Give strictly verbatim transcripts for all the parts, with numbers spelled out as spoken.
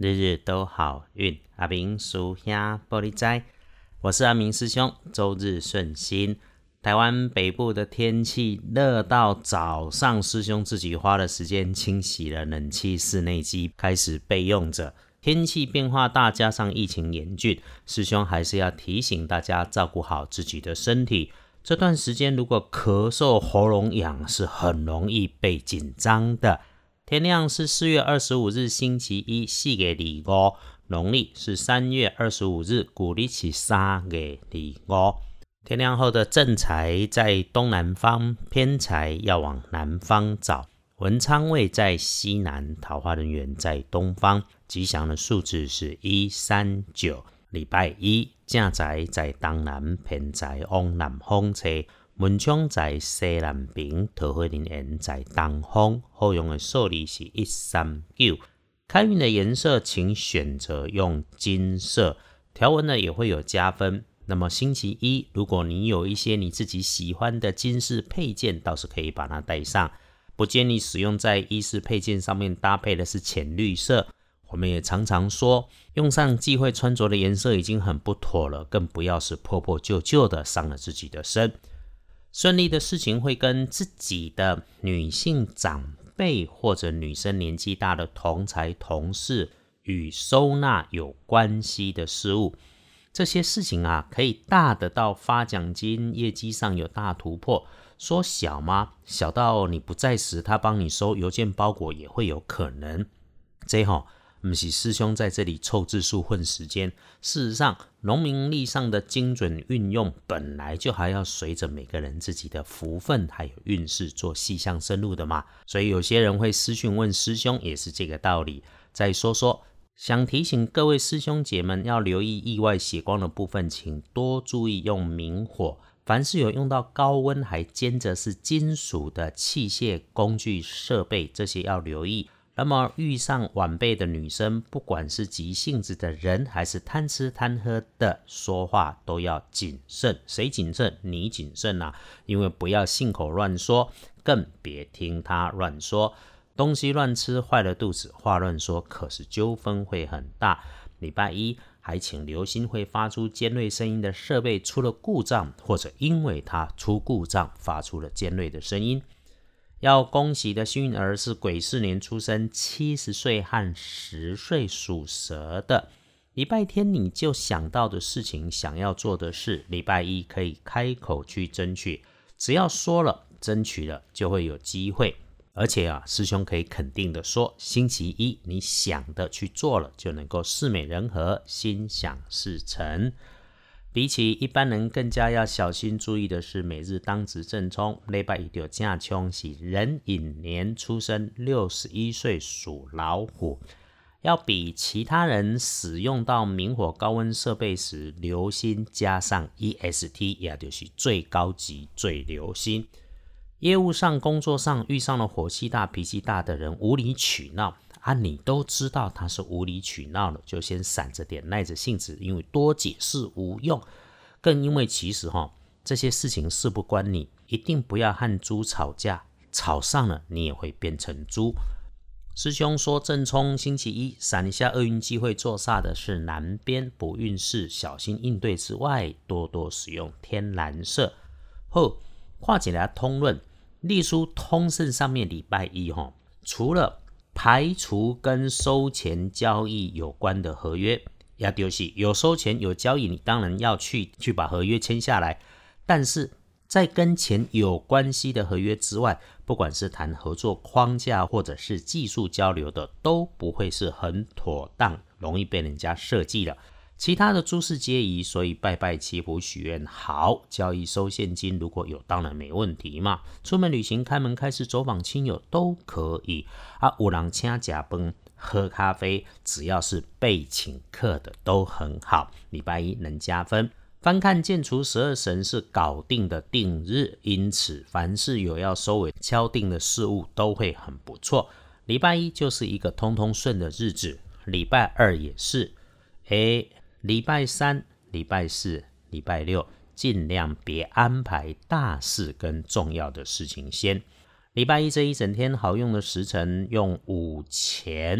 日日都好运，阿明属兄玻璃斋，我是阿明师兄，周日顺心。台湾北部的天气热到早上，师兄自己花了时间清洗了冷气室内机，开始备用着。天气变化大，加上疫情严峻，师兄还是要提醒大家照顾好自己的身体。这段时间如果咳嗽、喉咙痒，是很容易被紧张的。天亮是四月二十五日星期一，四月二十五，农历是三月二十五日，古历是三月二十五。天亮后的正财在东南方，偏财要往南方找。文昌位在西南，桃花人缘在东方。吉祥的数字是一三九。礼拜一正财在东南，偏财往南方找。文昌在西南边，桃花人缘在东方。好用的数字是一三九。开运的颜色请选择用金色，条纹呢也会有加分。那么星期一，如果你有一些你自己喜欢的金饰配件，倒是可以把它带上。不建议使用在衣饰配件上面搭配的是浅绿色。我们也常常说，用上忌讳穿着的颜色已经很不妥了，更不要是破破旧旧的，伤了自己的身。顺利的事情会跟自己的女性长辈或者女生年纪大的同才同事与收纳有关系的事物。这些事情啊，可以大的到发奖金，业绩上有大突破。说小吗？小到你不在时，他帮你收邮件包裹也会有可能。这吼、哦，不是师兄在这里凑字数混时间。事实上，农民历上的精准运用，本来就还要随着每个人自己的福分还有运势做细项深入的嘛。所以有些人会私讯问师兄，也是这个道理。再说说。想提醒各位师兄姐们要留意意外血光的部分，请多注意用明火。凡是有用到高温还兼着是金属的器械、工具、设备，这些要留意。那么遇上晚辈的女生，不管是急性子的人还是贪吃贪喝的，说话都要谨慎。谁谨慎？你谨慎啊！因为不要信口乱说，更别听他乱说。东西乱吃坏了肚子，话乱说可是纠纷会很大。礼拜一还请留心会发出尖锐声音的设备出了故障，或者因为它出故障发出了尖锐的声音。要恭喜的幸运儿是癸巳年出生，七十岁和十岁属蛇的。礼拜天你就想到的事情，想要做的事，礼拜一可以开口去争取，只要说了争取了就会有机会。而且啊，师兄可以肯定的说，星期一你想的去做了，就能够事美人和，心想事成。比起一般人更加要小心注意的是，每日当值正冲，礼拜一就正冲是壬寅年出生，六十一岁属老虎。要比其他人使用到明火高温设备时，留心加上 E S T， 也就是最高级最留心。业务上工作上遇上了火气大脾气大的人无理取闹啊，你都知道他是无理取闹了，就先闪着点耐着性子，因为多解释无用。更因为其实、哦、这些事情事不关你，一定不要和猪吵架，吵上了你也会变成猪。师兄说正冲星期一闪一下厄运机会坐煞的是南边，补运势小心应对之外，多多使用天蓝色。后跨起来通论隶书通胜上面礼拜一、哦、除了排除跟收钱交易有关的合约，也就是有收钱有交易，你当然要去去把合约签下来。但是在跟钱有关系的合约之外，不管是谈合作框架或者是技术交流的，都不会是很妥当，容易被人家设计了。其他的诸事皆宜，所以拜拜祈福许愿好，交易收现金如果有当然没问题嘛。出门旅行开门开市走访亲友都可以啊。有人请吃饭喝咖啡，只要是被请客的都很好，礼拜一能加分。翻看建除十二神是搞定的定日，因此凡是有要收尾敲定的事物都会很不错。礼拜一就是一个通通顺的日子，礼拜二也是。诶礼拜三、礼拜四、礼拜六，尽量别安排大事跟重要的事情先。礼拜一这一整天好用的时辰，用午前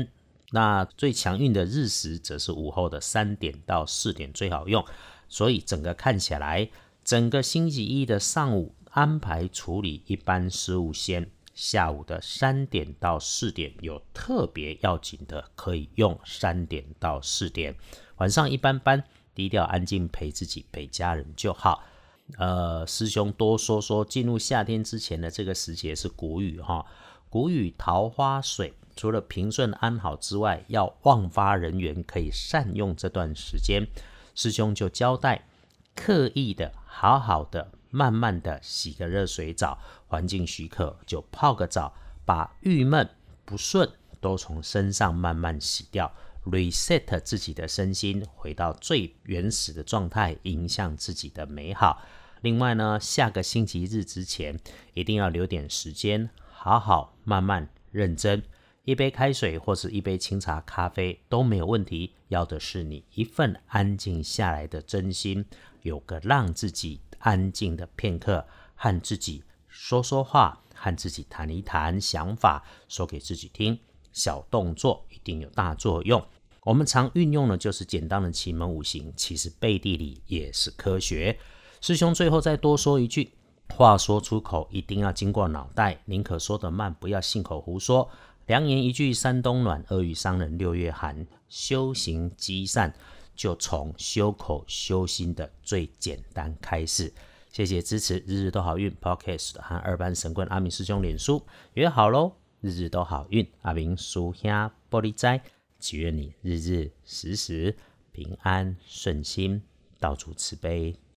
那最强运的日时则是午后的三点到四点最好用，所以整个看起来，整个星期一的上午安排处理一般事务先，下午的三点到四点有特别要紧的可以用三点到四点，晚上一般般，低调安静陪自己陪家人就好。呃，师兄多说说，进入夏天之前的这个时节是谷雨哈，谷雨桃花水，除了平顺安好之外，要旺发人缘，可以善用这段时间。师兄就交代，刻意的好好的慢慢的洗个热水澡，环境许可就泡个澡，把郁闷不顺都从身上慢慢洗掉， reset 自己的身心，回到最原始的状态，迎向自己的美好。另外呢，下个星期日之前一定要留点时间，好好慢慢认真，一杯开水或是一杯清茶咖啡都没有问题，要的是你一份安静下来的真心，有个让自己安静的片刻，和自己说说话，和自己谈一谈想法，说给自己听，小动作一定有大作用。我们常运用的就是简单的奇门五行，其实背地里也是科学。师兄最后再多说一句，话说出口一定要经过脑袋，宁可说得慢，不要信口胡说。良言一句三冬暖，恶语伤人六月寒。修行积善，就从修口修心的最简单开始。谢谢支持，日日都好运 Podcast 和二班神棍阿明师兄脸书约好咯，日日都好运，阿明叔兄玻璃斋，祈愿你日日时时平安顺心，到处慈悲。